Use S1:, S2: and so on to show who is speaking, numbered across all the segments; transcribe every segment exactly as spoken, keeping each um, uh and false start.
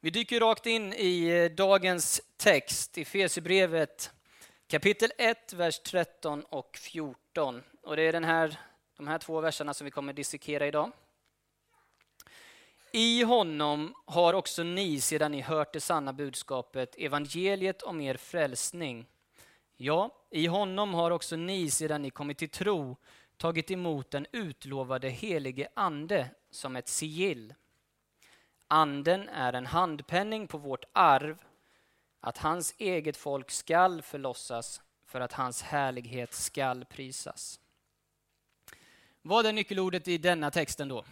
S1: Vi dyker rakt in i dagens text, Efesierbrevet kapitel ett, vers tretton och fjorton. Och det är den här, de här två verserna som vi kommer att dissekera idag. I honom har också ni, sedan ni hört det sanna budskapet, evangeliet om er frälsning. Ja, i honom har också ni, sedan ni kommit till tro, tagit emot den utlovade helige ande som ett sigill. Anden är en handpenning på vårt arv, att hans eget folk skall förlossas för att hans härlighet skall prisas. Vad är nyckelordet i denna texten då?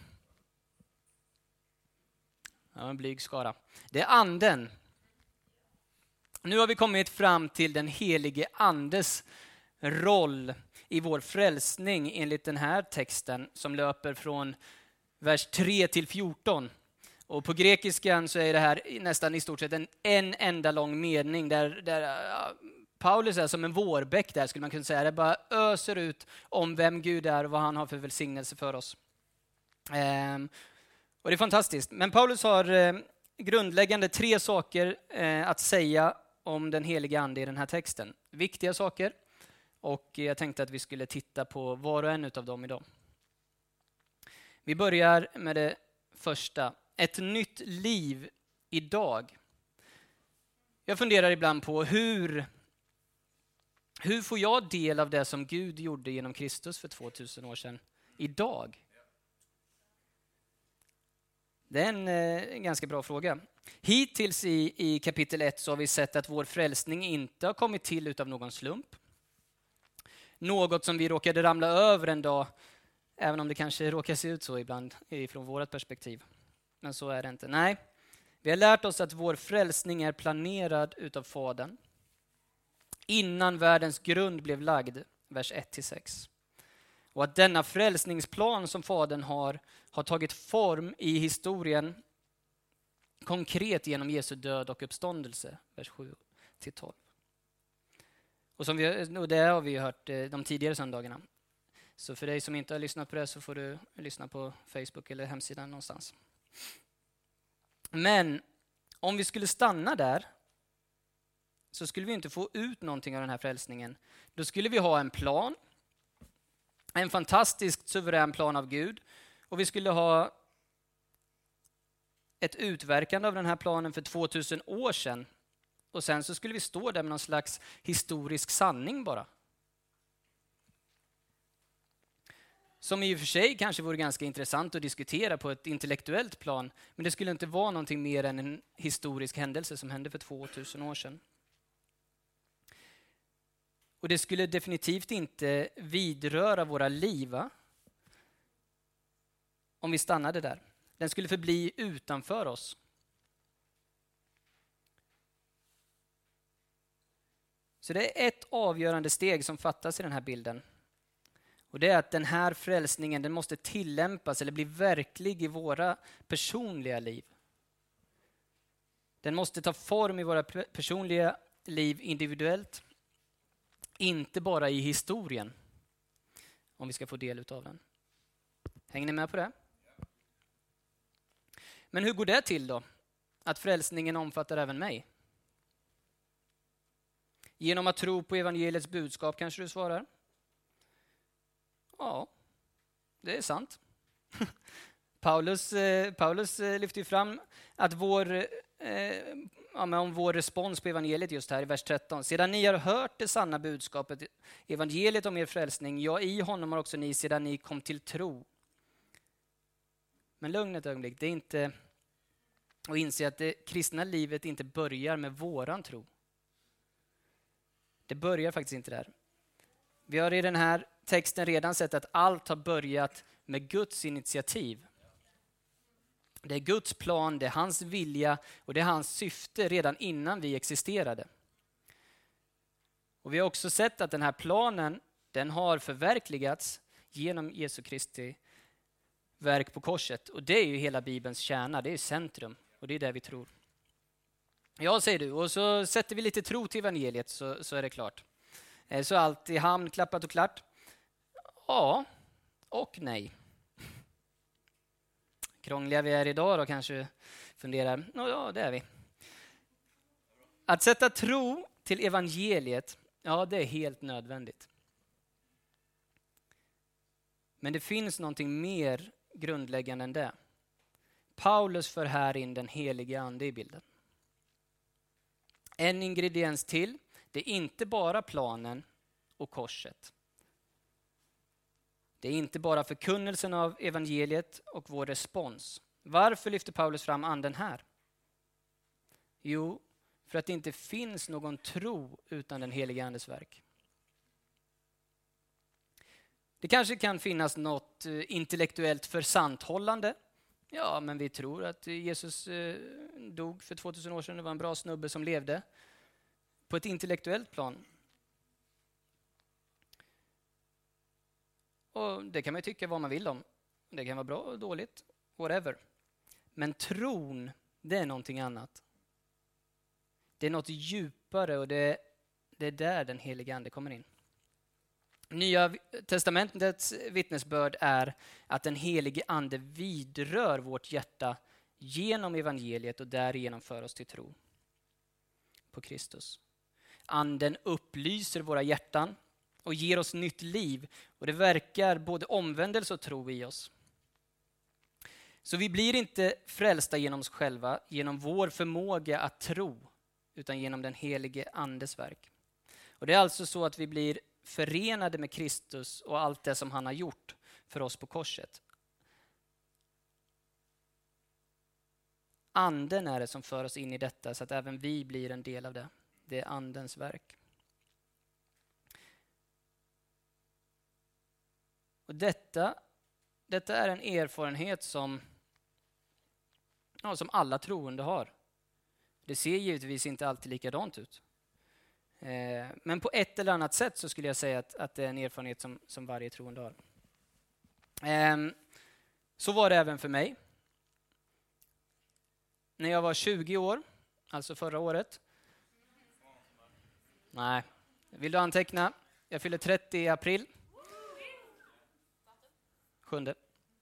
S1: Ja, en blyg skara. Det är anden. Nu har vi kommit fram till den helige andes roll i vår frälsning enligt den här texten som löper från vers tre till fjorton. Och på grekiskan så är det här nästan i stort sett en, en enda lång mening där, där ja, Paulus är som en vårbäck där, skulle man kunna säga. Det bara öser ut om vem Gud är och vad han har för välsignelse för oss. Ehm, och det är fantastiskt. Men Paulus har eh, grundläggande tre saker eh, att säga om den heliga ande i den här texten. Viktiga saker. Och jag tänkte att vi skulle titta på var och en av dem idag. Vi börjar med det första. Ett nytt liv idag. Jag funderar ibland på hur, hur får jag del av det som Gud gjorde genom Kristus för tvåtusen år sedan idag? Det är en, en ganska bra fråga. Hittills i, i kapitel ett så har vi sett att vår frälsning inte har kommit till utav någon slump. Något som vi råkade ramla över en dag, även om det kanske råkar se ut så ibland från vårt perspektiv. Men så är det inte. Nej, vi har lärt oss att vår frälsning är planerad utav Fadern. Innan världens grund blev lagd, vers ett till sex. Och att denna frälsningsplan som Fadern har, har tagit form i historien konkret genom Jesu död och uppståndelse, vers sju till tolv. Och, som vi, och det har vi hört de tidigare söndagarna. Så för dig som inte har lyssnat på det så får du lyssna på Facebook eller hemsidan någonstans. Men om vi skulle stanna där så skulle vi inte få ut någonting av den här frälsningen. Då skulle vi ha en plan, en fantastiskt suverän plan av Gud. Och vi skulle ha ett utverkande av den här planen för tvåtusen år sedan. Och sen så skulle vi stå där med någon slags historisk sanning bara. Som i och för sig kanske vore ganska intressant att diskutera på ett intellektuellt plan. Men det skulle inte vara någonting mer än en historisk händelse som hände för tvåtusen år sedan. Och det skulle definitivt inte vidröra våra liv, va? Om vi stannade där. Den skulle förbli utanför oss. Så det är ett avgörande steg som fattas i den här bilden. Och det är att den här frälsningen den måste tillämpas eller bli verklig i våra personliga liv. Den måste ta form i våra personliga liv individuellt. Inte bara i historien. Om vi ska få del av den. Hänger ni med på det? Men hur går det till då? Att frälsningen omfattar även mig? Genom att tro på evangeliets budskap kanske du svarar? Ja, det är sant. Paulus, eh, Paulus eh, lyfter ju fram att vår, eh, ja, men om vår respons på evangeliet just här i vers tretton. Sedan ni har hört det sanna budskapet, evangeliet om er frälsning, ja i honom har också ni sedan ni kom till tro. Men lugn ett ögonblick, det är inte att inse att det kristna livet inte börjar med våran tro. Det börjar faktiskt inte där. Vi har i den här texten redan sett att allt har börjat med Guds initiativ. Det är Guds plan, det är hans vilja och det är hans syfte redan innan vi existerade. Och vi har också sett att den här planen, den har förverkligats genom Jesu Kristi verk på korset. Och det är ju hela Bibelns kärna, det är centrum och det är det vi tror. Ja, säger du, och så sätter vi lite tro till evangeliet så, så är det klart. Så allt i hamn, klappat och klart. Ja, och nej. Krångliga vi är idag då kanske funderar, ja det är vi. Att sätta tro till evangeliet, ja det är helt nödvändigt. Men det finns någonting mer grundläggande än det. Paulus för här in den helige ande i bilden. En ingrediens till, det är inte bara planen och korset. Det är inte bara förkunnelsen av evangeliet och vår respons. Varför lyfter Paulus fram anden här? Jo, för att det inte finns någon tro utan den helige andes verk. Det kanske kan finnas något intellektuellt försanthållande. Ja, men vi tror att Jesus dog för tvåtusen år sedan. Det var en bra snubbe som levde på ett intellektuellt plan. Och det kan man ju tycka vad man vill om. Det kan vara bra och dåligt, whatever. Men tron, det är någonting annat. Det är något djupare och det, det är där den heliga ande kommer in. Nya testamentets vittnesbörd är att den helige ande vidrör vårt hjärta genom evangeliet och därigenom för oss till tro på Kristus. Anden upplyser våra hjärtan och ger oss nytt liv och det verkar både omvändelse och tro i oss. Så vi blir inte frälsta genom oss själva, genom vår förmåga att tro, utan genom den helige andes verk. Och det är alltså så att vi blir förenade med Kristus och allt det som han har gjort för oss på korset. Anden är det som för oss in i detta så att även vi blir en del av det. Det är andens verk. Och detta, detta är en erfarenhet som, ja, som alla troende har. Det ser givetvis inte alltid likadant ut. Eh, men på ett eller annat sätt så skulle jag säga att, att det är en erfarenhet som, som varje troende har. Eh, så var det även för mig. När jag var tjugo år, alltså förra året. Nej, vill du anteckna? Jag fyller trettio i april. Sjunde.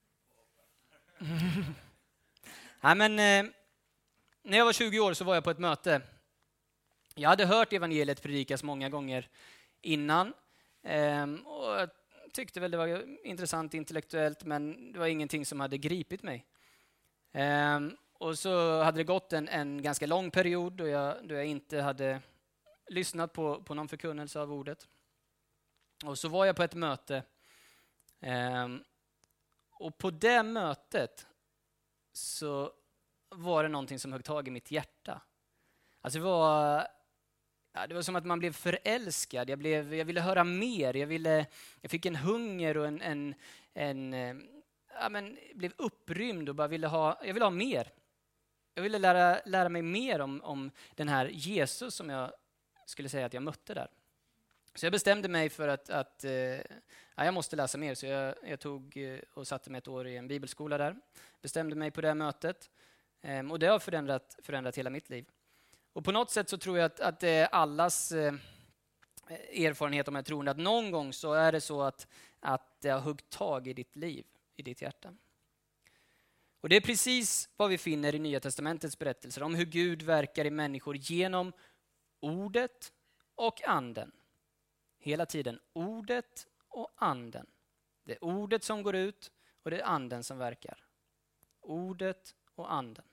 S1: Nej, men eh, när jag var tjugo år så var jag på ett möte. Jag hade hört evangeliet predikas många gånger innan. Eh, och jag tyckte väl det var intressant intellektuellt, men det var ingenting som hade gripit mig. Eh, och så hade det gått en, en ganska lång period då jag, då jag inte hade lyssnat på, på någon förkunnelse av ordet. Och så var jag på ett möte. Eh, och på det mötet så var det någonting som högg tag i mitt hjärta. Alltså det var, ja, det var som att man blev förälskad. Jag, blev, jag ville höra mer. Jag, ville, jag fick en hunger och en, en, en ja, men blev upprymd och bara ville ha, jag ville ha mer. Jag ville lära, lära mig mer om, om den här Jesus som jag skulle säga att jag mötte där. Så jag bestämde mig för att, att ja, jag måste läsa mer. Så jag, jag tog och satte mig ett år i en bibelskola där. Bestämde mig på det här mötet. Och det har förändrat, förändrat hela mitt liv. Och på något sätt så tror jag att, att det är allas eh, erfarenhet om jag tror att någon gång så är det så att, att det har huggt tag i ditt liv, i ditt hjärta. Och det är precis vad vi finner i Nya testamentets berättelser om hur Gud verkar i människor genom ordet och anden. Hela tiden ordet och anden. Det är ordet som går ut och det är anden som verkar. Ordet och anden.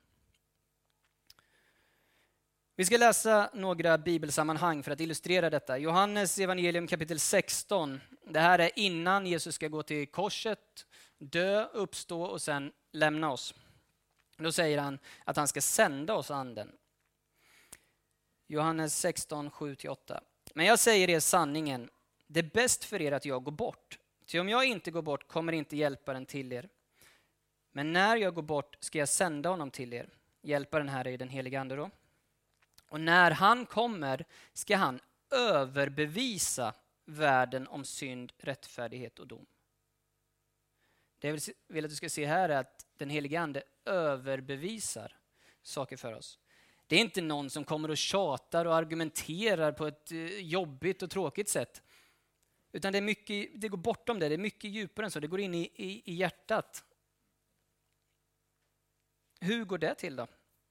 S1: Vi ska läsa några bibelsammanhang för att illustrera detta. Johannes evangelium kapitel sexton. Det här är innan Jesus ska gå till korset, dö, uppstå och sen lämna oss. Då säger han att han ska sända oss anden. Johannes sexton, sju till åtta. Men jag säger er sanningen, det är bäst för er att jag går bort. Ty om jag inte går bort kommer inte hjälparen till er. Men när jag går bort ska jag sända honom till er. Hjälparen här är den helige ande då. Och när han kommer ska han överbevisa världen om synd, rättfärdighet och dom. Det jag vill att du ska se här är att den helige ande överbevisar saker för oss. Det är inte någon som kommer och tjatar och argumenterar på ett jobbigt och tråkigt sätt. Utan det, är mycket, det går bortom det, det är mycket djupare än så. Det går in i, i, i hjärtat. Hur går det till då?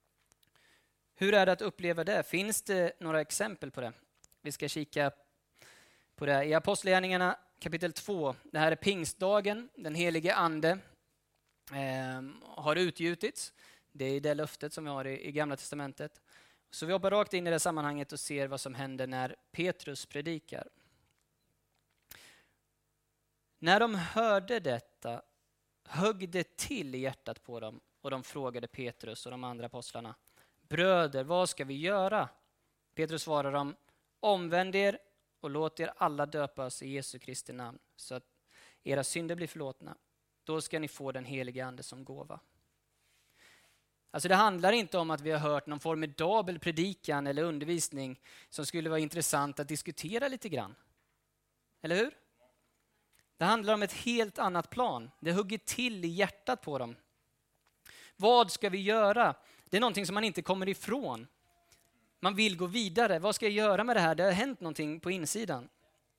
S1: Hur är det att uppleva det? Finns det några exempel på det? Vi ska kika på det i Apostlagärningarna kapitel två. Det här är pingstdagen, den helige ande eh, har utgjutits. Det är det löftet som vi har i, i Gamla testamentet. Så vi hoppar rakt in i det sammanhanget och ser vad som händer när Petrus predikar. När de hörde detta högg det till i hjärtat på dem och de frågade Petrus och de andra apostlarna: bröder, vad ska vi göra? Petrus svarade dem: omvänd er och låt er alla döpas i Jesu Kristi namn så att era synder blir förlåtna. Då ska ni få den helige ande som gåva. Alltså det handlar inte om att vi har hört någon formidabel predikan eller undervisning som skulle vara intressant att diskutera lite grann. Eller hur? Det handlar om ett helt annat plan. Det hugger till i hjärtat på dem. Vad ska vi göra? Det är någonting som man inte kommer ifrån. Man vill gå vidare. Vad ska jag göra med det här? Det har hänt någonting på insidan.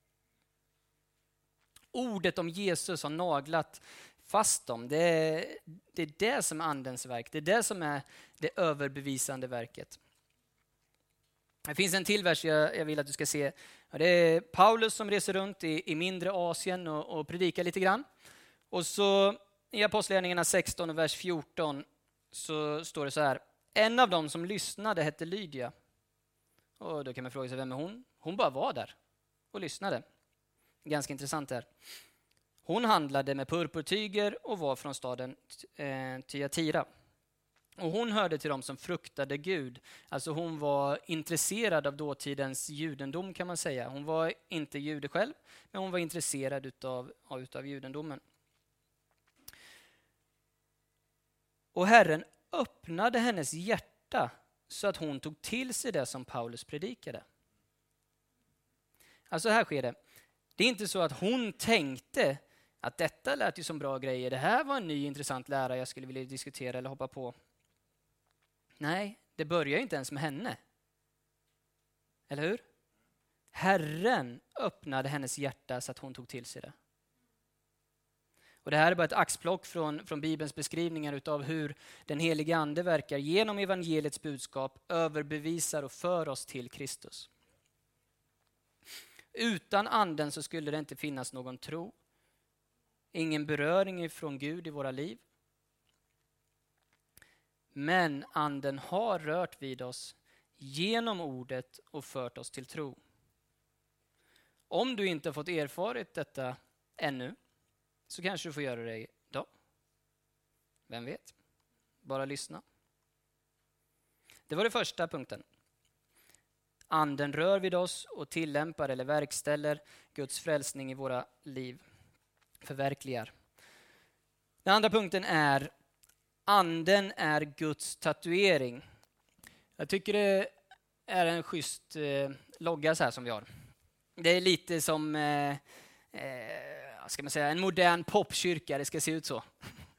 S1: Ordet om Jesus har naglat fast dem. Det är, det är det som är andens verk. Det är det som är det överbevisande verket. Det finns en till vers jag, jag vill att du ska se. Det är Paulus som reser runt i, i mindre Asien och, och predikar lite grann. Och så i Apostlagärningarna sexton och vers fjorton så står det så här: en av dem som lyssnade hette Lydia. Och då kan man fråga sig, vem är hon? Hon bara var där och lyssnade. Ganska intressant här. Hon handlade med purpurtyger och var från staden eh, Thyatira. Och hon hörde till dem som fruktade Gud. Alltså hon var intresserad av dåtidens judendom, kan man säga. Hon var inte jude själv, men hon var intresserad utav, utav judendomen. Och Herren öppnade hennes hjärta så att hon tog till sig det som Paulus predikade. Alltså här sker det. Det är inte så att hon tänkte att detta lät ju som bra grejer. Det här var en ny intressant lära jag skulle vilja diskutera eller hoppa på. Nej, det börjar inte ens med henne. Eller hur? Herren öppnade hennes hjärta så att hon tog till sig det. Och det här är bara ett axplock från, från Bibelns beskrivningar utav hur den helige ande verkar genom evangeliets budskap, överbevisar och för oss till Kristus. Utan anden så skulle det inte finnas någon tro. Ingen beröring ifrån Gud i våra liv. Men anden har rört vid oss genom ordet och fört oss till tro. Om du inte har fått erfarit detta ännu så kanske du får göra det idag. Vem vet? Bara lyssna. Det var det första punkten. Anden rör vid oss och tillämpar eller verkställer Guds frälsning i våra liv. Förverkligar. Den andra punkten är: anden är Guds tatuering. Jag tycker det är en schysst eh, logga så här som vi har. Det är lite som eh, eh, ska man säga, en modern popkyrka. Det ska se ut så.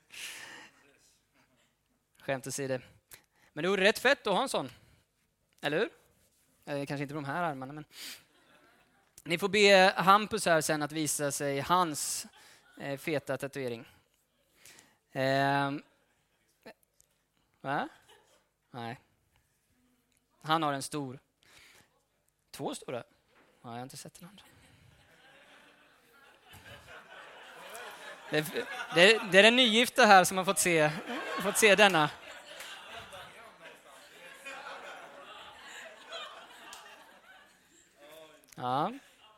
S1: Skämt att säga det. Men det vore rätt fett att ha en sån. Eller hur? Eh, kanske inte de här armarna, men ni får be Hampus här sen att visa sig hans eh, feta tatuering. Eh, va? Nej. Han har en stor. Två stora? Ja, jag har inte sett den andra. Det, det, det är den nygifta här som har fått se, fått se denna. Ja.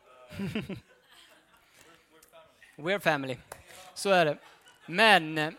S1: We're family. Så är det. Men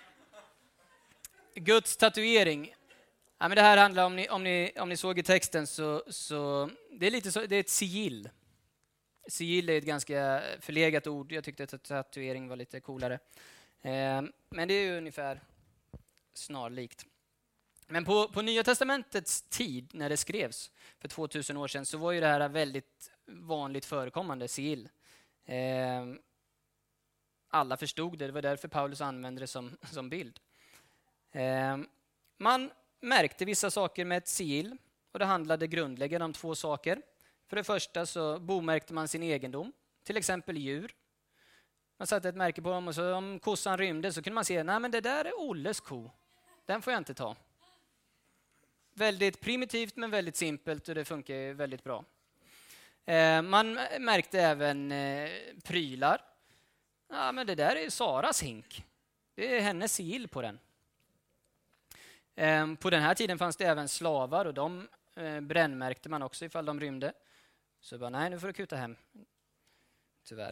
S1: Guds tatuering. Ja, men det här handlar om ni, om ni, om ni såg i texten så, så det är lite så, det är ett sigill. Sigill är ett ganska förlegat ord. Jag tyckte att tatuering var lite coolare. Eh, men det är ju ungefär snarlikt. Men på, på Nya testamentets tid, när det skrevs för tvåtusen år sedan, så var ju det här väldigt vanligt förekommande, sigill. Eh, alla förstod det, det var därför Paulus använde det som, som bild. Eh, man märkte vissa saker med ett sigill, och det handlade grundläggande om två saker. För det första så bomärkte man sin egendom, till exempel djur. Man satte ett märke på dem, och så om kossan rymde så kunde man se, nej men det där är Olles ko, den får jag inte ta. Väldigt primitivt men väldigt simpelt och det funkar väldigt bra. Eh, man märkte även eh, prylar. Ja, men det där är Saras hink. Det är hennes sigill på den. Eh, på den här tiden fanns det även slavar och de eh, brännmärkte man också ifall de rymde. Så bara, nej, nu får du kuta hem. Tyvärr.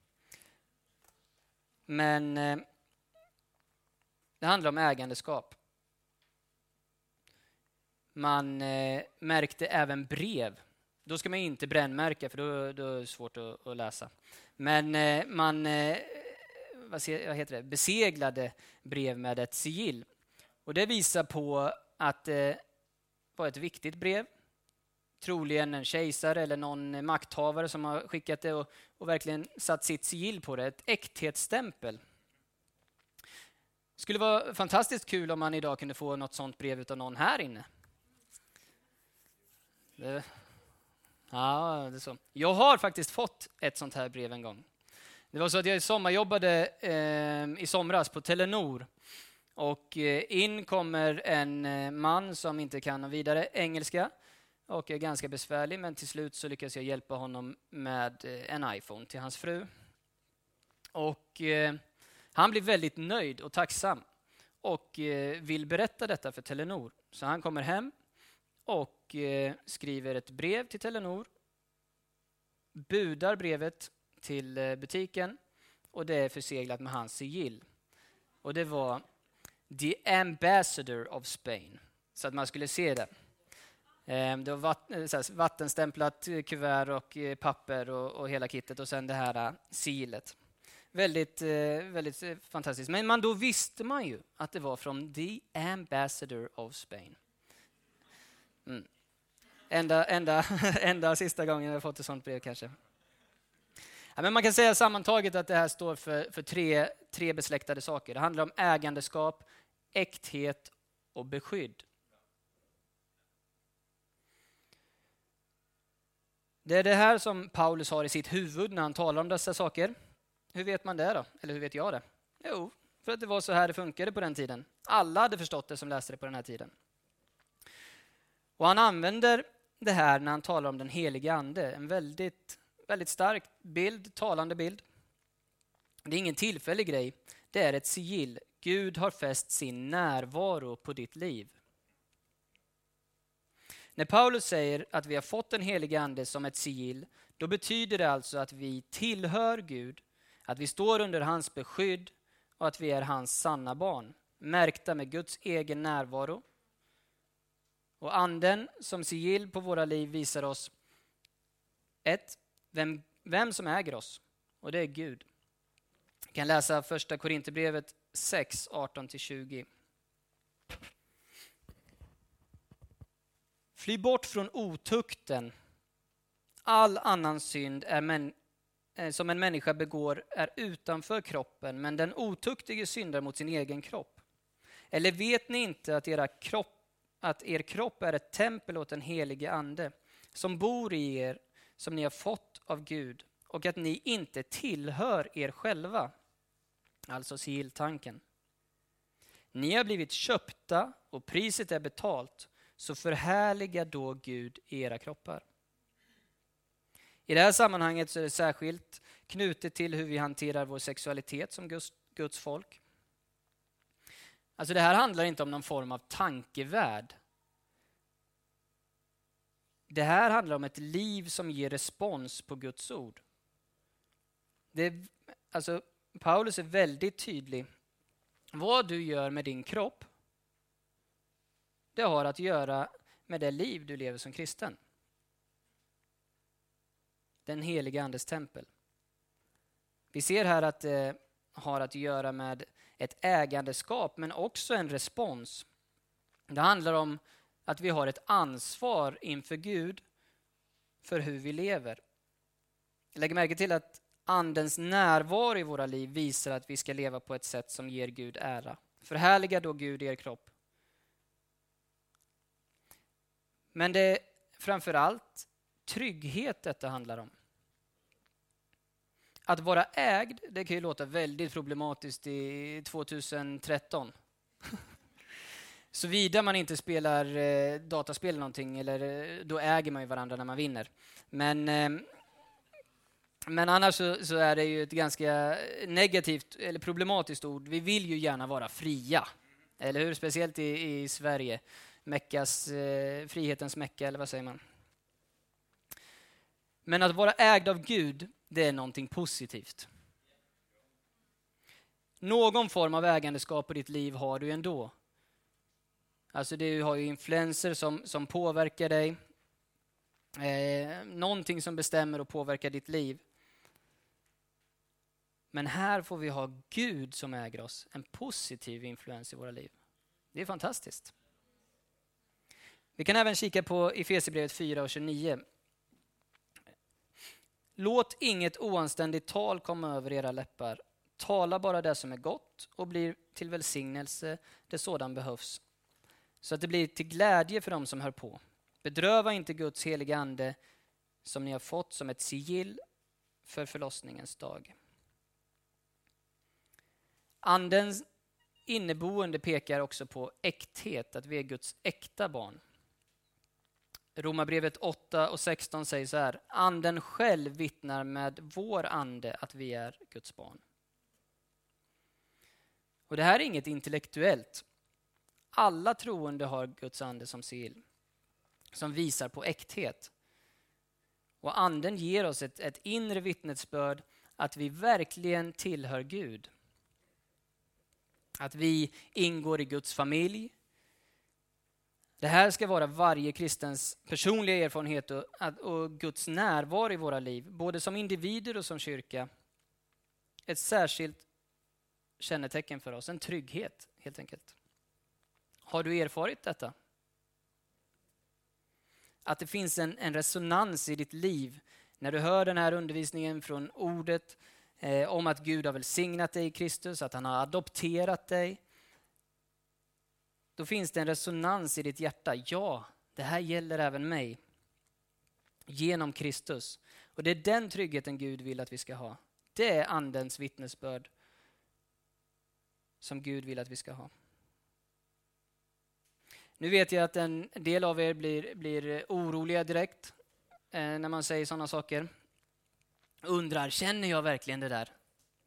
S1: Men eh, det handlar om ägandeskap. Man eh, märkte även brev. Då ska man inte brännmärka för då, då är det svårt att, att läsa. Men eh, man eh, vad, se, vad heter det? beseglade brev med ett sigill. Och det visar på att det eh, var ett viktigt brev. Troligen en kejsare eller någon makthavare som har skickat det och, och verkligen satt sitt sigill på det. Ett äkthetsstämpel. Det skulle vara fantastiskt kul om man idag kunde få något sånt brev av någon här inne. Det, ja, det är så. Jag har faktiskt fått ett sånt här brev en gång. Det var så att jag sommarjobbade eh, i somras på Telenor. Och eh, in kommer en eh, man som inte kan vidare engelska. Och är ganska besvärlig, men till slut så lyckas jag hjälpa honom med eh, en iPhone till hans fru. Och eh, han blir väldigt nöjd och tacksam. Och eh, vill berätta detta för Telenor. Så han kommer hem. Och eh, skriver ett brev till Telenor. Budar brevet till eh, butiken. Och det är förseglat med hans sigill. Och det var The Ambassador of Spain. Så att man skulle se det. Eh, det var vatt, såhär, vattenstämplat kuvert och eh, papper och, och hela kittet. Och sen det här eh, sigillet. Väldigt, eh, väldigt eh, fantastiskt. Men man, då visste man ju att det var från The Ambassador of Spain. Mm. Enda, enda, enda sista gången jag fått ett sånt brev kanske. Ja, men man kan säga sammantaget att det här står för, för tre, tre besläktade saker. Det handlar om ägandeskap, äkthet och beskydd. Det är det här som Paulus har i sitt huvud när han talar om dessa saker. Hur vet man det då? Eller hur vet jag det? Jo, för att det var så här det funkade på den tiden. Alla hade förstått det som läste det på den här tiden. Och han använder det här när han talar om den helige ande. En väldigt, väldigt stark bild, talande bild. Det är ingen tillfällig grej. Det är ett sigill. Gud har fäst sin närvaro på ditt liv. När Paulus säger att vi har fått den helige ande som ett sigill, då betyder det alltså att vi tillhör Gud, att vi står under hans beskydd och att vi är hans sanna barn, märkta med Guds egen närvaro. Och anden som sigill på våra liv visar oss ett, vem, vem som äger oss, och det är Gud. Vi kan läsa första Korinthierbrevet sex, arton till tjugo. Fly bort från otukten. All annan synd är män, som en människa begår är utanför kroppen, men den otuktige syndar mot sin egen kropp. Eller vet ni inte att, era kropp, att er kropp är ett tempel åt den helige ande som bor i er, som ni har fått av Gud, och att ni inte tillhör er själva? Alltså sigilltanken. Ni har blivit köpta och priset är betalt, så förhärliga då Gud i era kroppar. I det här sammanhanget så är det särskilt knutet till hur vi hanterar vår sexualitet som Guds, Guds folk. Alltså det här handlar inte om någon form av tankevärld. Det här handlar om ett liv som ger respons på Guds ord. Det är, alltså, Paulus är väldigt tydlig. Vad du gör med din kropp, det har att göra med det liv du lever som kristen. Den heliga andes tempel. Vi ser här att det har att göra med ett ägandeskap, men också en respons. Det handlar om att vi har ett ansvar inför Gud för hur vi lever. Lägg märke till att andens närvaro i våra liv visar att vi ska leva på ett sätt som ger Gud ära. Förhärliga då Gud i er kropp. Men det är framförallt trygghet detta handlar om. Att vara ägd, det kan ju låta väldigt problematiskt i tjugohundratretton. Såvida man inte spelar eh, dataspel eller någonting, eller eh, då äger man ju varandra när man vinner. Men, eh, men annars så, så är det ju ett ganska negativt eller problematiskt ord. Vi vill ju gärna vara fria, eller hur? Speciellt i, i Sverige. Meckas, eh, frihetens Mecka, eller vad säger man? Men att vara ägd av Gud, det är någonting positivt. Någon form av ägandeskap i ditt liv har du ändå. Alltså du har ju influenser som, som påverkar dig. Eh, någonting som bestämmer och påverkar ditt liv. Men här får vi ha Gud som äger oss. En positiv influens i våra liv. Det är fantastiskt. Vi kan även kika på Efesierbrevet fyra och tjugonio. Låt inget oanständigt tal komma över era läppar. Tala bara det som är gott och blir till välsignelse där sådan behövs. Så att det blir till glädje för dem som hör på. Bedröva inte Guds heliga ande som ni har fått som ett sigill för förlossningens dag. Andens inneboende pekar också på äkthet, att vi är Guds äkta barn. Romarbrevet åtta och sexton säger så här: anden själv vittnar med vår ande att vi är Guds barn. Och det här är inget intellektuellt. Alla troende har Guds ande som sigill, som visar på äkthet. Och anden ger oss ett, ett inre vittnesbörd att vi verkligen tillhör Gud. Att vi ingår i Guds familj. Det här ska vara varje kristens personliga erfarenhet och, och Guds närvaro i våra liv, både som individer och som kyrka. Ett särskilt kännetecken för oss, en trygghet helt enkelt. Har du erfarit detta? Att det finns en, en resonans i ditt liv när du hör den här undervisningen från ordet eh, om att Gud har välsignat dig i Kristus, att han har adopterat dig. Då finns det en resonans i ditt hjärta. Ja, det här gäller även mig. Genom Kristus. Och det är den tryggheten Gud vill att vi ska ha. Det är andens vittnesbörd som Gud vill att vi ska ha. Nu vet jag att en del av er blir, blir oroliga direkt eh, när man säger sådana saker. Undrar, känner jag verkligen det där?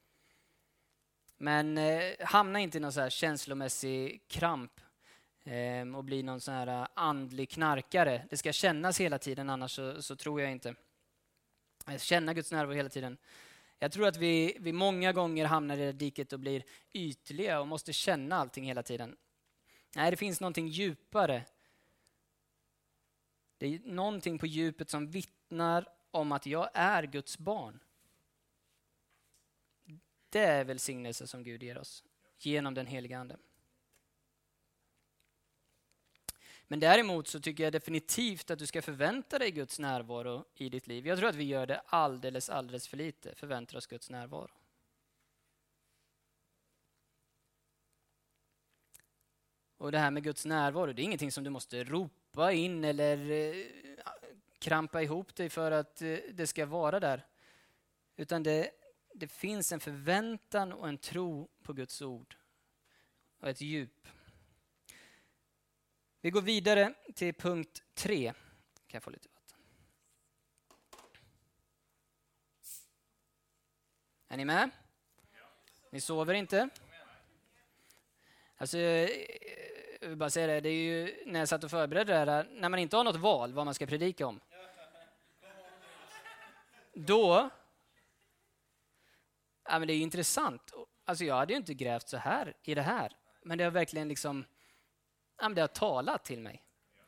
S1: Men eh, hamna inte i någon så här känslomässig kramp eh, och bli någon sån här andlig knarkare. Det ska kännas hela tiden, annars så, så tror jag inte. Känna Guds närvaro hela tiden. Jag tror att vi, vi många gånger hamnar i det diket och blir ytliga och måste känna allting hela tiden. Nej, det finns någonting djupare. Det är någonting på djupet som vittnar om att jag är Guds barn. Det är välsignelse som Gud ger oss genom den heliga ande. Men däremot så tycker jag definitivt att du ska förvänta dig Guds närvaro i ditt liv. Jag tror att vi gör det alldeles, alldeles för lite. Förväntar oss Guds närvaro. Och det här med Guds närvaro, det är ingenting som du måste ropa in eller eh, krampa ihop dig för att eh, det ska vara där. Utan det, det finns en förväntan och en tro på Guds ord. Och ett djup. Vi går vidare till punkt tre. Kan jag få lite vatten? Är ni med? Ni sover inte? Alltså, jag vill bara säga det, det är ju när jag satt och förberedde det här, när man inte har något val vad man ska predika om. Då, ja men det är ju intressant. Alltså jag hade ju inte grävt så här i det här, men det har verkligen liksom, ja men det har talat till mig.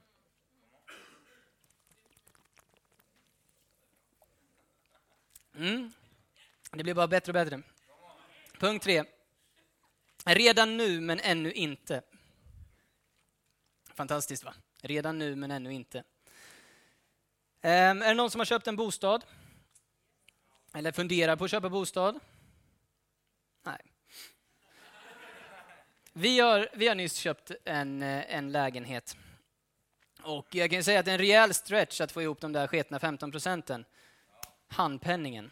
S1: Mm. Det blir bara bättre och bättre. Punkt tre. Redan nu men ännu inte. Fantastiskt va? Redan nu men ännu inte. Ähm, är det någon som har köpt en bostad? Eller funderar på att köpa bostad? Nej. Vi har, vi har nyss köpt en, en lägenhet. Och jag kan säga att det är en rejäl stretch att få ihop de där sketna femton procenten. Handpenningen.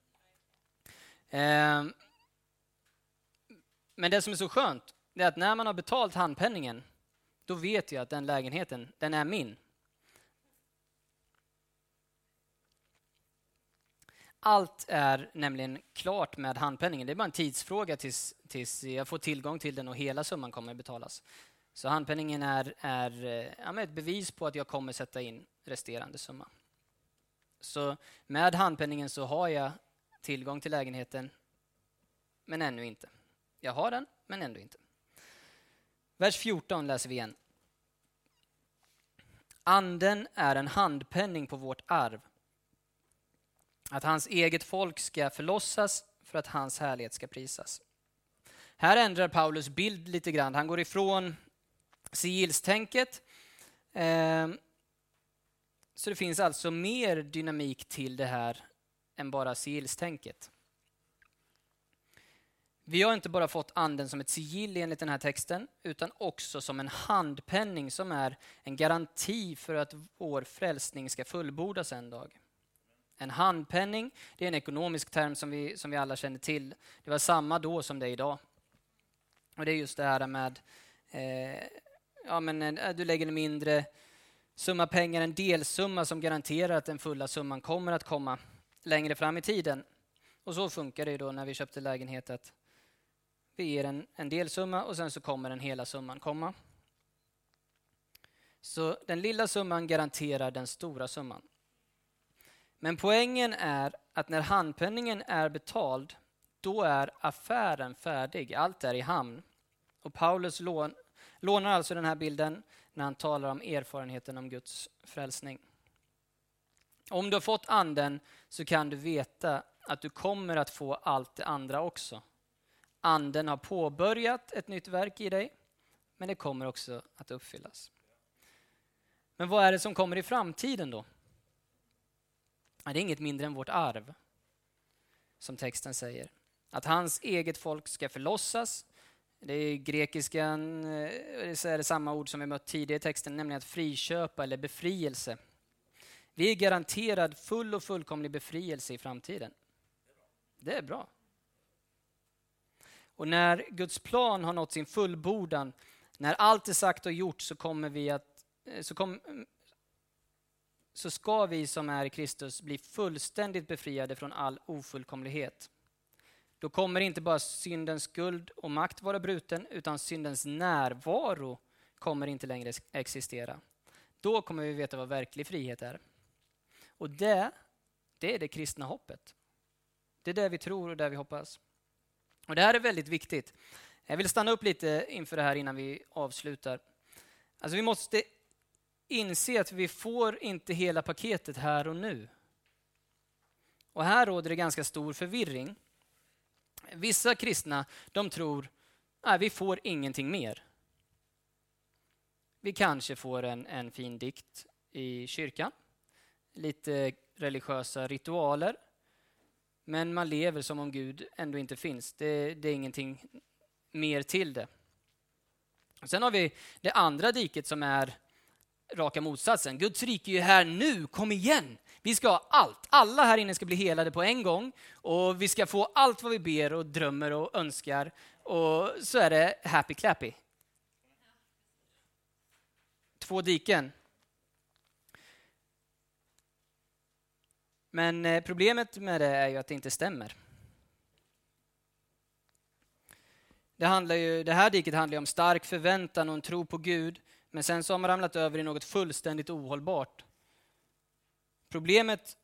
S1: Ähm, Men det som är så skönt, det är att när man har betalt handpenningen, då vet jag att den lägenheten, den är min. Allt är nämligen klart med handpenningen. Det är bara en tidsfråga tills, tills jag får tillgång till den och hela summan kommer betalas. Så handpenningen är, är ja, ett bevis på att jag kommer sätta in resterande summa. Så med handpenningen så har jag tillgång till lägenheten, men ännu inte. Jag har den, men ändå inte. Vers fjorton läser vi igen. Anden är en handpenning på vårt arv. Att hans eget folk ska förlossas för att hans härlighet ska prisas. Här ändrar Paulus bild lite grann. Han går ifrån sigillstänket. Eh, så det finns alltså mer dynamik till det här än bara sigillstänket. Vi har inte bara fått anden som ett sigill enligt den här texten, utan också som en handpenning som är en garanti för att vår frälsning ska fullbordas en dag. En handpenning, det är en ekonomisk term som vi, som vi alla känner till. Det var samma då som det är idag. Och det är just det här med, eh, ja men du lägger en mindre summa pengar, en delsumma som garanterar att den fulla summan kommer att komma längre fram i tiden. Och så funkar det då när vi köpte lägenhet, att vi ger en, en delsumma och sen så kommer den hela summan komma. Så den lilla summan garanterar den stora summan. Men poängen är att när handpenningen är betald, då är affären färdig. Allt är i hamn. Och Paulus lån, lånar alltså den här bilden när han talar om erfarenheten om Guds frälsning. Om du har fått anden så kan du veta att du kommer att få allt det andra också. Anden har påbörjat ett nytt verk i dig, men det kommer också att uppfyllas. Men vad är det som kommer i framtiden då? Det är inget mindre än vårt arv, som texten säger. Att hans eget folk ska förlossas. Det är i grekiskan, så är det samma ord som vi mött tidigare i texten, nämligen att friköpa eller befrielse. Vi är garanterad full och fullkomlig befrielse i framtiden. Det är bra. Och när Guds plan har nått sin fullbordan, när allt är sagt och gjort, så kommer vi att så, kom, så ska vi som är i Kristus bli fullständigt befriade från all ofullkomlighet. Då kommer inte bara syndens skuld och makt vara bruten, utan syndens närvaro kommer inte längre existera. Då kommer vi veta vad verklig frihet är. Och det, det är det kristna hoppet. Det är det vi tror och det vi hoppas. Och det här är väldigt viktigt. Jag vill stanna upp lite inför det här innan vi avslutar. Alltså vi måste inse att vi får inte hela paketet här och nu. Och här råder det ganska stor förvirring. Vissa kristna, de tror att vi får ingenting mer. Vi kanske får en, en fin dikt i kyrkan. Lite religiösa ritualer. Men man lever som om Gud ändå inte finns. Det, det är ingenting mer till det. Och sen har vi det andra diket som är raka motsatsen. Guds rike är ju här nu, kom igen! Vi ska ha allt. Alla här inne ska bli helade på en gång. Och vi ska få allt vad vi ber och drömmer och önskar. Och så är det happy clappy. Två diken. Men problemet med det är ju att det inte stämmer. Det, handlar ju, det här diket handlar ju om stark förväntan och en tro på Gud. Men sen så har man ramlat över i något fullständigt ohållbart. Problemet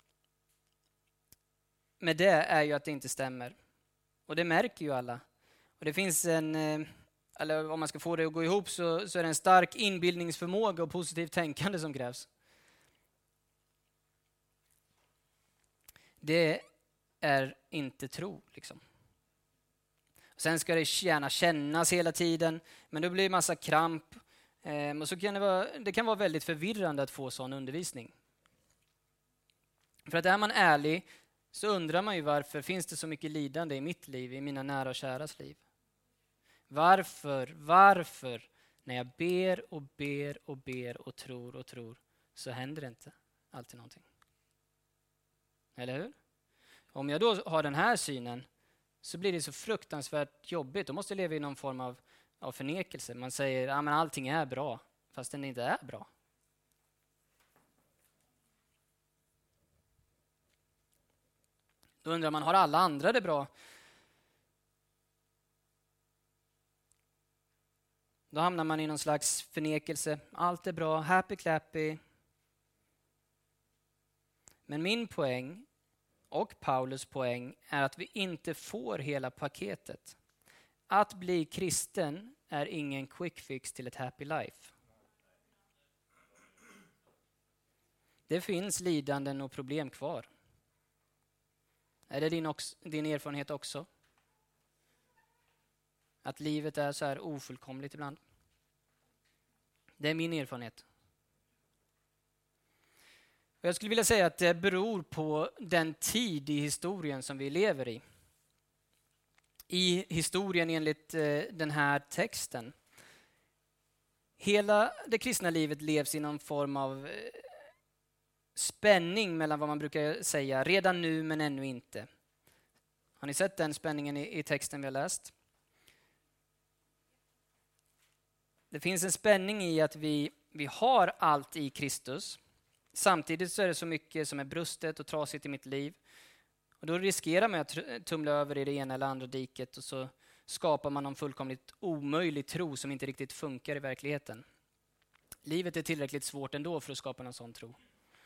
S1: med det är ju att det inte stämmer. Och det märker ju alla. Och det finns en, eller om man ska få det att gå ihop så, så är det en stark inbildningsförmåga och positivt tänkande som krävs. Det är inte tro liksom. Sen ska det gärna kännas hela tiden, men då blir det massa kramp. Ehm, och så kan det, vara, det kan vara väldigt förvirrande att få sån undervisning. För att är man ärlig så undrar man ju varför finns det så mycket lidande i mitt liv, i mina nära och käras liv. Varför, varför när jag ber och ber och ber och tror och tror så händer det inte alltid någonting. Eller hur? Om jag då har den här synen så blir det så fruktansvärt jobbigt. Då måste jag leva i någon form av, av förnekelse. Man säger att ja, allting är bra. fast den inte är bra. Då undrar man, har alla andra det bra? Då hamnar man i någon slags förnekelse. Allt är bra, happy clappy. Men min poäng och Paulus poäng är att vi inte får hela paketet. Att bli kristen är ingen quick fix till ett happy life. Det finns lidanden och problem kvar. Är det din, också, din erfarenhet också? Att livet är så här ofullkomligt ibland? Det är min erfarenhet. Och jag skulle vilja säga att det beror på den tid i historien som vi lever i. I historien enligt eh, den här texten. Hela det kristna livet levs i någon form av eh, spänning mellan vad man brukar säga redan nu men ännu inte. Har ni sett den spänningen i, i texten vi har läst? Det finns en spänning i att vi, vi har allt i Kristus. Samtidigt så är det så mycket som är brustet och trasigt i mitt liv. Och då riskerar man att tumla över i det ena eller andra diket och så skapar man någon fullkomligt omöjlig tro som inte riktigt funkar i verkligheten. Livet är tillräckligt svårt ändå för att skapa någon sån tro.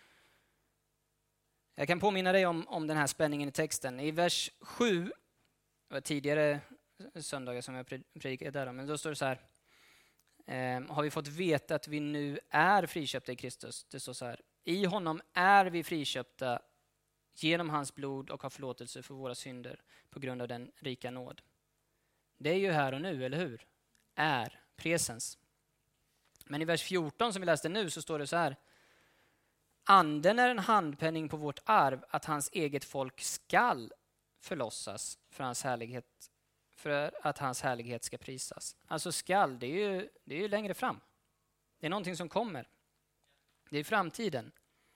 S1: Jag kan påminna dig om, om den här spänningen i texten. I vers sju, det var tidigare söndagar som jag predikade där, men då står det så här. Eh, har vi fått veta att vi nu är friköpta i Kristus? Det står så här. I honom är vi friköpta genom hans blod och har förlåtelse för våra synder på grund av den rika nåd. Det är ju här och nu, eller hur? Är, presens. Men i vers fjorton som vi läste nu så står det så här. Anden är en handpenning på vårt arv att hans eget folk skall förlossas för hans härlighet, för att hans härlighet ska prisas. Alltså skall, det är ju, det är ju längre fram. Det är någonting som kommer. Det är framtiden.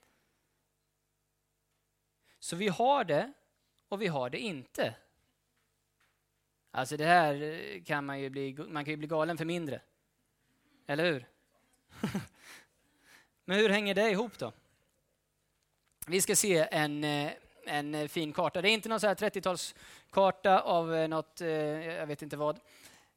S1: Så vi har det och vi har det inte. Alltså det här kan man ju bli, man kan ju bli galen för mindre. Eller hur? Men hur hänger det ihop då? Vi ska se en, en fin karta. Det är inte någon så här trettiotalskarta av något, jag vet inte vad.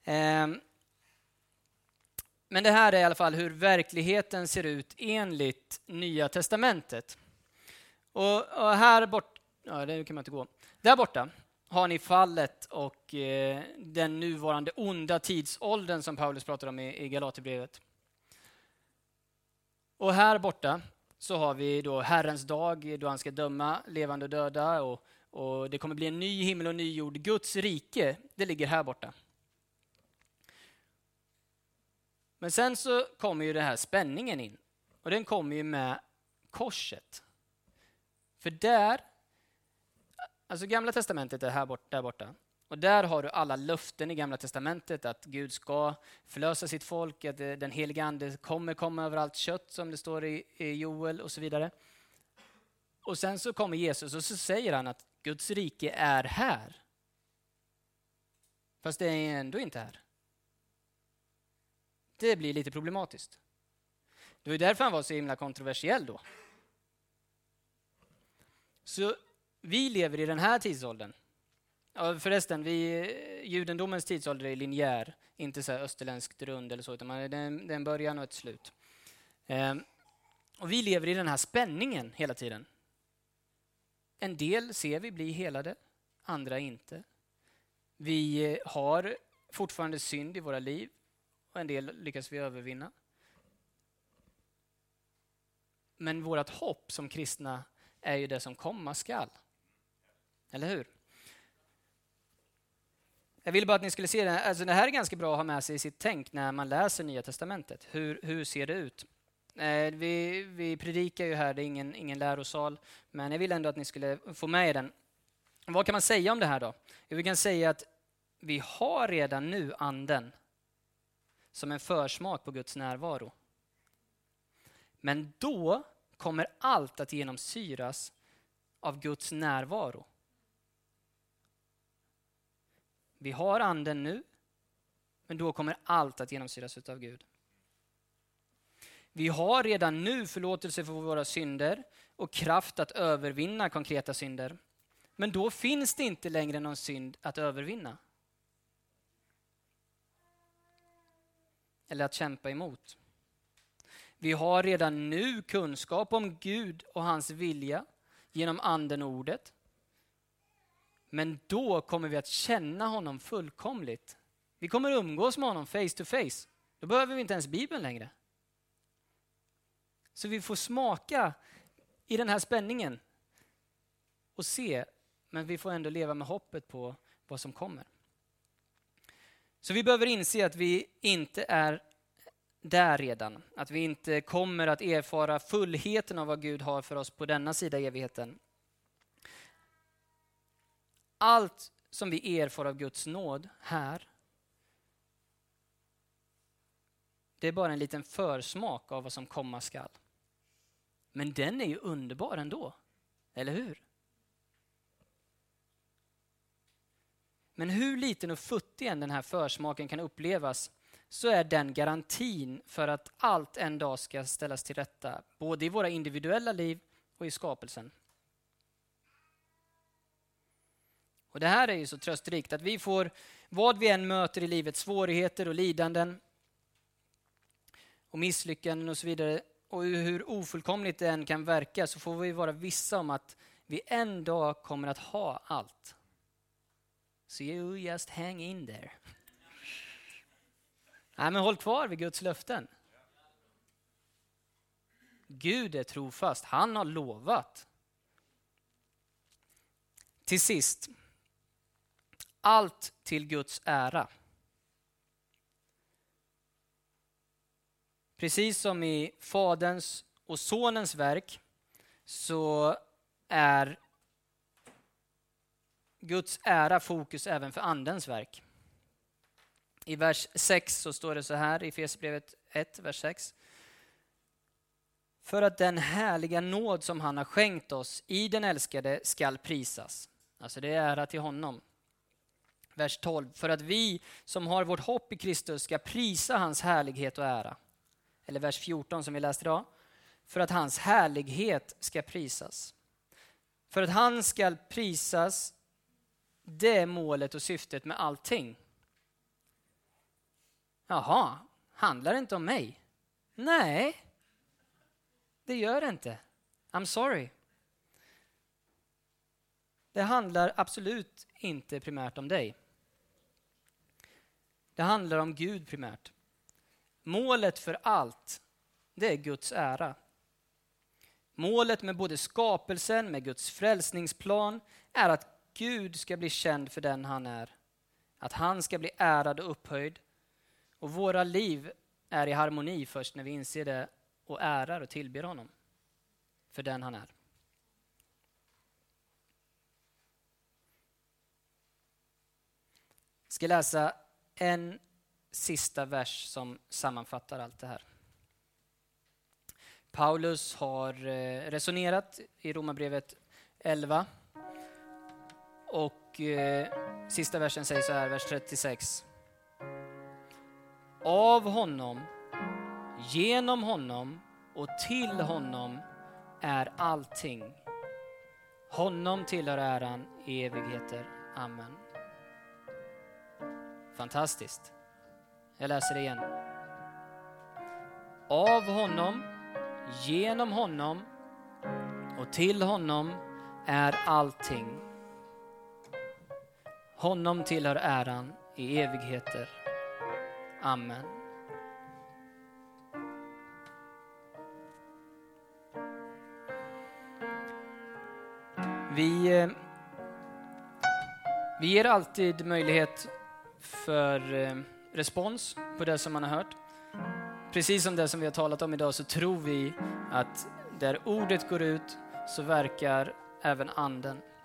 S1: Men det här är i alla fall hur verkligheten ser ut enligt Nya testamentet. Och, och här bort, ja det kan man inte gå. Där borta har ni fallet och eh, den nuvarande onda tidsåldern som Paulus pratar om i, i Galaterbrevet. Och här borta så har vi då Herrens dag då han ska döma levande och döda och, och det kommer bli en ny himmel och ny jord. Guds rike, det ligger här borta. Men sen så kommer ju den här spänningen in och den kommer ju med korset. För där, alltså Gamla testamentet är här borta, där borta. Och där har du alla löften i Gamla testamentet att Gud ska förlösa sitt folk, att den heliga ande kommer komma över allt kött som det står i, i Joel och så vidare. Och sen så kommer Jesus och så säger han att Guds rike är här. Fast det är ändå inte här. Det blir lite problematiskt. Det var därför han var så himla kontroversiell då. Så vi lever i den här tidsåldern. Ja, förresten, vi, judendomens tidsålder är linjär, inte så här österländskt rund eller så, utan man, det, är en, det är en början och ett slut. Ehm, och vi lever i den här spänningen hela tiden. En del ser vi bli helade, andra inte. Vi har fortfarande synd i våra liv och en del lyckas vi övervinna. Men vårt hopp som kristna är ju det som komma skall. Eller hur? Jag vill bara att ni skulle se det här. Alltså det här är ganska bra att ha med sig i sitt tänk när man läser Nya testamentet. Hur, hur ser det ut? Eh, vi, vi predikar ju här, det är ingen, ingen lärosal. Men jag vill ändå att ni skulle få med den. Vad kan man säga om det här då? Vi kan säga att vi har redan nu anden som en försmak på Guds närvaro. Men då kommer allt att genomsyras av Guds närvaro. Vi har anden nu, men då kommer allt att genomsyras av Gud. Vi har redan nu förlåtelse för våra synder och kraft att övervinna konkreta synder. Men då finns det inte längre någon synd att övervinna. Eller att kämpa emot. Vi har redan nu kunskap om Gud och hans vilja genom anden och ordet. Men då kommer vi att känna honom fullkomligt. Vi kommer umgås med honom face to face. Då behöver vi inte ens Bibeln längre. Så vi får smaka i den här spänningen och se, men vi får ändå leva med hoppet på vad som kommer. Så vi behöver inse att vi inte är där redan. Att vi inte kommer att erfara fullheten av vad Gud har för oss på denna sida evigheten. Allt som vi erfar av Guds nåd här, det är bara en liten försmak av vad som komma skall. Men den är ju underbar ändå, eller hur? Men hur liten och futtig än den här försmaken kan upplevas, så är den garantin för att allt en dag ska ställas till rätta, både i våra individuella liv och i skapelsen. Och det här är ju så tröstrikt att vi får, vad vi än möter i livet, svårigheter och lidanden och misslyckanden och så vidare, och hur ofullkomligt det än kan verka, så får vi vara vissa om att vi en dag kommer att ha allt. So you just hang in there. Nej, men håll kvar vid Guds löften. Gud är trofast. Han har lovat. Till sist. Allt till Guds ära. Precis som i Faderns och Sonens verk, så är Guds ära fokus även för Andens verk. I vers sex så står det så här i Efesierbrevet ett, vers sex. För att den härliga nåd som han har skänkt oss i den älskade skall prisas. Alltså det är ära till honom. Vers tolv. För att vi som har vårt hopp i Kristus ska prisa hans härlighet och ära. Eller vers fjorton som vi läste idag. För att hans härlighet ska prisas. För att han ska prisas, det är målet och syftet med allting. Jaha, handlar det inte om mig? Nej, det gör det inte. I'm sorry. Det handlar absolut inte primärt om dig. Det handlar om Gud primärt. Målet för allt, det är Guds ära. Målet med både skapelsen, med Guds frälsningsplan, är att Gud ska bli känd för den han är. Att han ska bli ärad och upphöjd. Och våra liv är i harmoni först när vi inser det och ärar och tillber honom för den han är. Jag ska läsa en sista vers som sammanfattar allt det här. Paulus har resonerat i Romarbrevet elva. Och eh, sista versen säger så här, vers trettiosex. Av honom, genom honom och till honom är allting. Honom tillhör äran i evigheter. Amen. Fantastiskt. Jag läser det igen. Av honom, genom honom och till honom är allting. Honom tillhör äran i evigheter. Amen. Vi, eh, vi ger alltid möjlighet för eh, respons på det som man har hört. Precis som det som vi har talat om idag, så tror vi att där ordet går ut så verkar även anden.